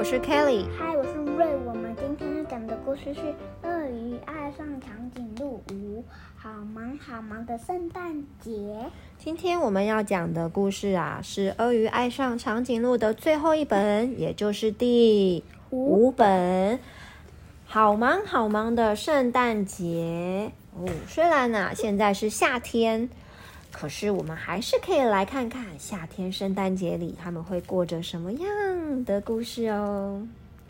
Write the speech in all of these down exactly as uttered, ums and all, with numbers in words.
是 Kelly。 嗨，我是瑞。我们今天要讲的故事是《鳄鱼爱上长颈鹿五》，好忙好忙的圣诞节。 今天我们要讲的故事啊，是《鳄鱼爱上长颈鹿》的最后一本，也就是第五本。好忙好忙的圣诞节哦！虽然啊，现在是夏天，可是我们还是可以来看看夏天圣诞节里他们会过着什么样的故事哦。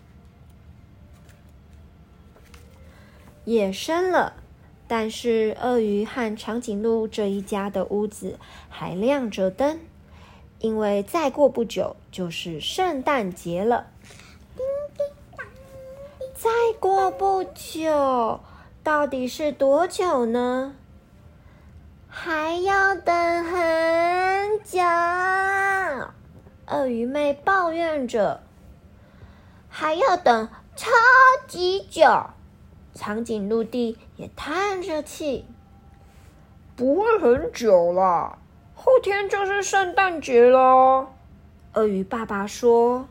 夜深了，但是鳄鱼和长颈鹿这一家的屋子还亮着灯，因为再过不久就是圣诞节了。再过不久，到底是多久呢？还要等很久。鳄鱼妹抱怨着，还要等超级久。长颈鹿弟也叹着气， 不会很久啦，后天就是圣诞节了。 鳄鱼爸爸说，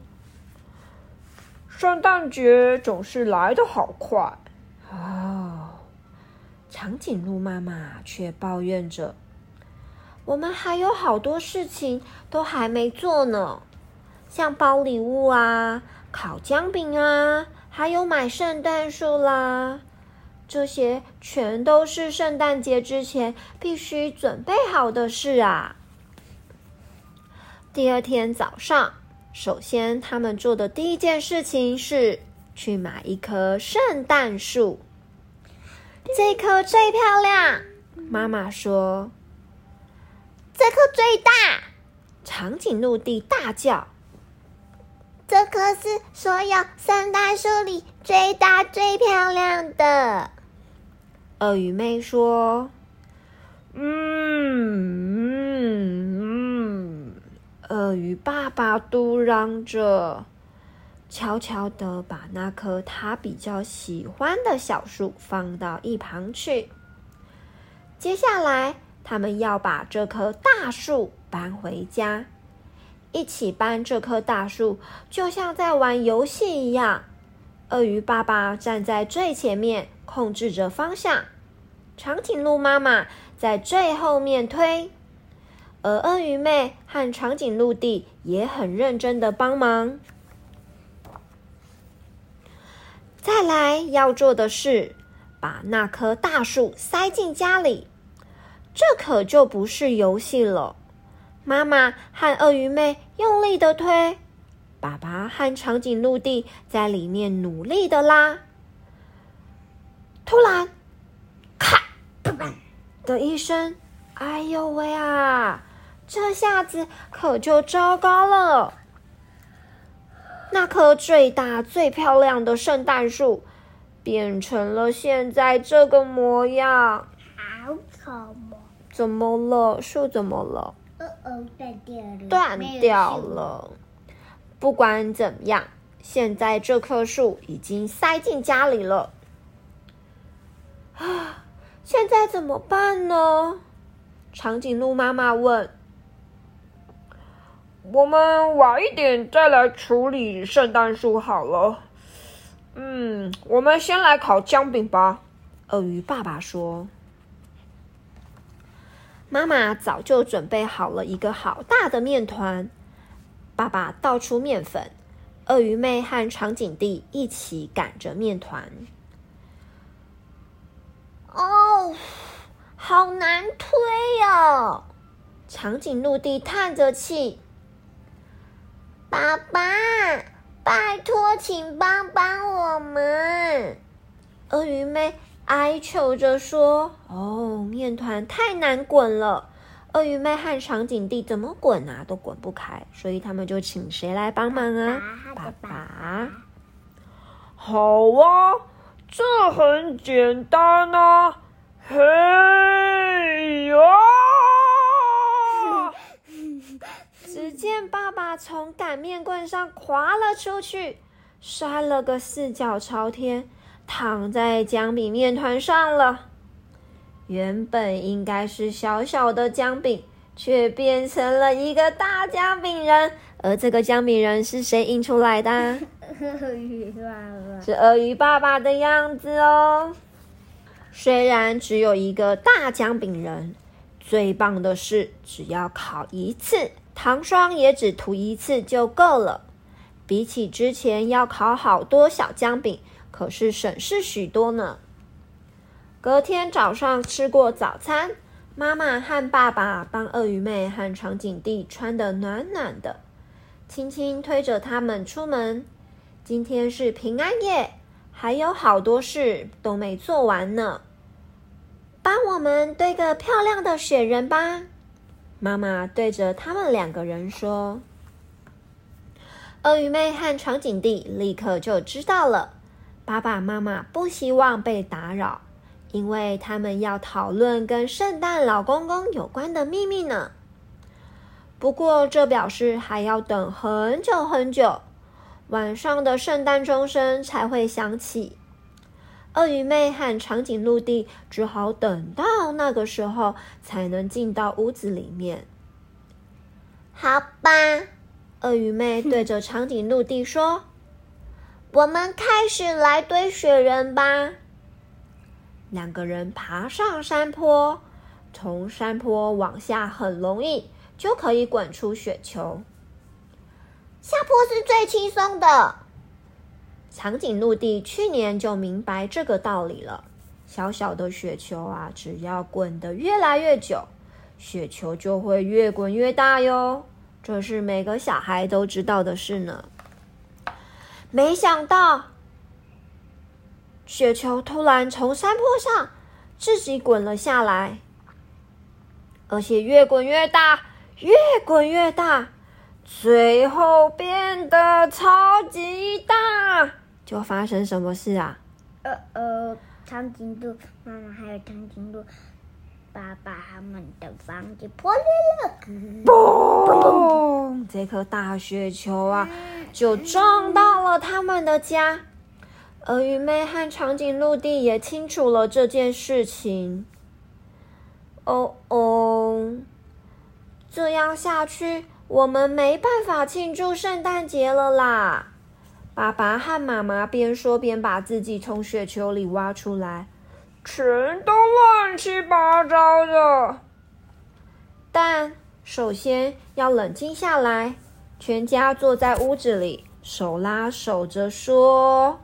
圣诞节总是来得好快。 哦，长颈鹿妈妈却抱怨着，我们还有好多事情都还没做呢，像包礼物啊，烤姜饼啊，还有买圣诞树啦，这些全都是圣诞节之前必须准备好的事啊。第二天早上，首先他们做的第一件事情是去买一棵圣诞树。这棵最漂亮，妈妈说。这棵最大，长颈鹿弟大叫。这棵是所有圣诞树里最大最漂亮的，鳄鱼妹说。 嗯嗯嗯， 鳄鱼爸爸嘟嚷着，悄悄地把那棵他比较喜欢的小树放到一旁去。接下来，他们要把这棵大树搬回家。一起搬这棵大树，就像在玩游戏一样。鳄鱼爸爸站在最前面，控制着方向。长颈鹿妈妈在最后面推，而鳄鱼妹和长颈鹿弟也很认真的帮忙。再来要做的是，把那棵大树塞进家里。这可就不是游戏了。妈妈和鳄鱼妹用力的推，爸爸和长颈鹿弟在里面努力的拉。突然，咔的一声，哎呦喂啊！这下子可就糟糕了。那棵最大最漂亮的圣诞树变成了现在这个模样。 好丑哦！ 怎么了？树怎么了？ 哦哦，断掉了， 断掉了。不管怎么样，现在这棵树已经塞进家里了。啊，现在怎么办呢？长颈鹿妈妈问。 我们晚一点再来处理圣诞树好了。嗯，我们先来烤姜饼吧。 鳄鱼爸爸说。妈妈早就准备好了一个好大的面团，爸爸倒出面粉，鳄鱼妹和长颈弟一起擀着面团。哦，好难推哦！长颈鹿弟叹着气。爸爸，拜托，请帮帮我们！鳄鱼妹哀求着说：“哦，面团太难滚了，鳄鱼妹和长颈弟怎么滚啊，都滚不开，所以他们就请谁来帮忙啊？爸爸。 好啊，这很简单啊！嘿呀！” 只见爸爸从擀面棍上滑了出去，摔了个四脚朝天，躺在姜饼面团上了。原本应该是小小的姜饼，却变成了一个大姜饼人。而这个姜饼人是谁印出来的？ 鳄鱼爸爸是鳄鱼爸爸的样子哦。虽然只有一个大姜饼人，最棒的是只要烤一次，糖霜也只涂一次就够了。比起之前要烤好多小姜饼，可是省事许多呢。隔天早上吃过早餐，妈妈和爸爸帮鳄鱼妹和长颈弟穿得暖暖的，轻轻推着他们出门。今天是平安夜，还有好多事都没做完呢。帮我们堆个漂亮的雪人吧，妈妈对着他们两个人说。鳄鱼妹和长颈弟立刻就知道了，爸爸妈妈不希望被打扰，因为他们要讨论跟圣诞老公公有关的秘密呢。不过这表示还要等很久很久，晚上的圣诞钟声才会响起。鳄鱼妹和长颈鹿弟只好等到那个时候才能进到屋子里面。好吧，鳄鱼妹对着长颈鹿弟说，我们开始来堆雪人吧。两个人爬上山坡，从山坡往下很容易就可以滚出雪球。下坡是最轻松的。长颈鹿弟去年就明白这个道理了。小小的雪球啊，只要滚得越来越久，雪球就会越滚越大哟。这是每个小孩都知道的事呢。没想到，雪球突然从山坡上自己滚了下来，而且越滚越大，越滚越大，最后变得超级大。就发生什么事啊？ 呃呃，长颈鹿妈妈还有长颈鹿爸爸他们的房子破裂了， 嘣！这颗大雪球啊，就撞到了他们的家。鳄鱼妹和长颈鹿弟也清楚了这件事情。哦哦，这样下去，我们没办法庆祝圣诞节了啦！爸爸和妈妈边说边把自己从雪球里挖出来，全都乱七八糟的。但首先要冷静下来，全家坐在屋子里，手拉手着说：“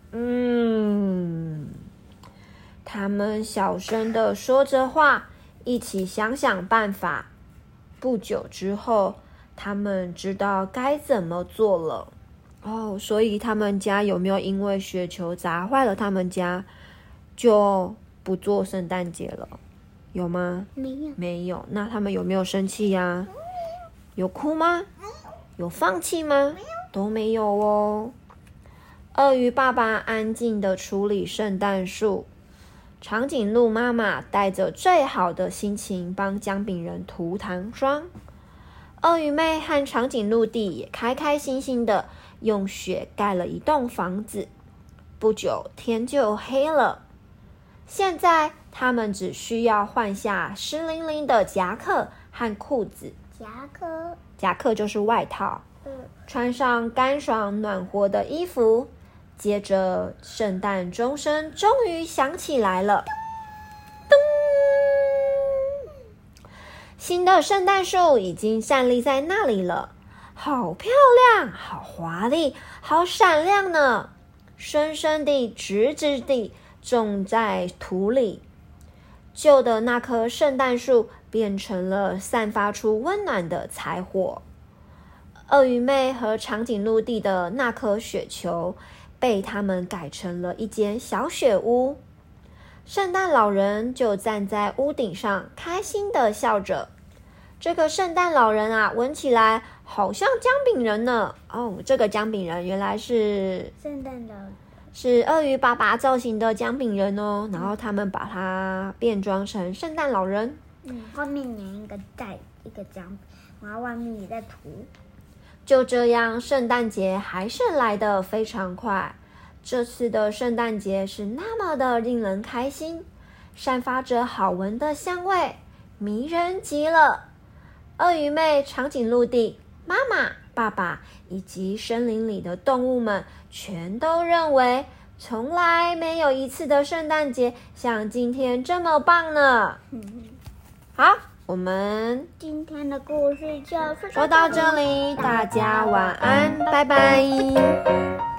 嗯。”他们小声地说着话，一起想想办法。不久之后，他们知道该怎么做了。哦，所以他们家有没有因为雪球砸坏了他们家，就不做圣诞节了？有吗？ 没有。 没有。那他们有没有生气呀？有哭吗？有放弃吗？都没有哦。鳄鱼爸爸安静地处理圣诞树，长颈鹿妈妈带着最好的心情帮姜饼人涂糖霜，鳄鱼妹和长颈鹿弟也开开心心的用雪盖了一栋房子。不久天就黑了，现在他们只需要换下湿淋淋的夹克和裤子。 夹克， 夹克就是外套。 嗯， 穿上干爽暖和的衣服，接着圣诞钟声终于响起来了。咚！新的圣诞树已经站立在那里了，好漂亮，好华丽，好闪亮呢！深深地直直地种在土里。旧的那棵圣诞树变成了散发出温暖的柴火。鳄鱼妹和长颈鹿弟的那颗雪球被他们改成了一间小雪屋。圣诞老人就站在屋顶上，开心地笑着。这个圣诞老人啊，闻起来好像姜饼人呢。哦，这个姜饼人原来是圣诞老人， 是鳄鱼爸爸造型的姜饼人哦。然后他们把它变装成圣诞老人。 嗯，后面粘一个带一个姜，然后外面也在涂。 就这样，圣诞节还是来得非常快。这次的圣诞节是那么的令人开心，散发着好闻的香味，迷人极了。鳄鱼妹、长颈鹿弟、妈妈爸爸以及森林里的动物们全都认为，从来没有一次的圣诞节像今天这么棒呢。好，我们今天的故事就说到这里，大家晚安，拜拜。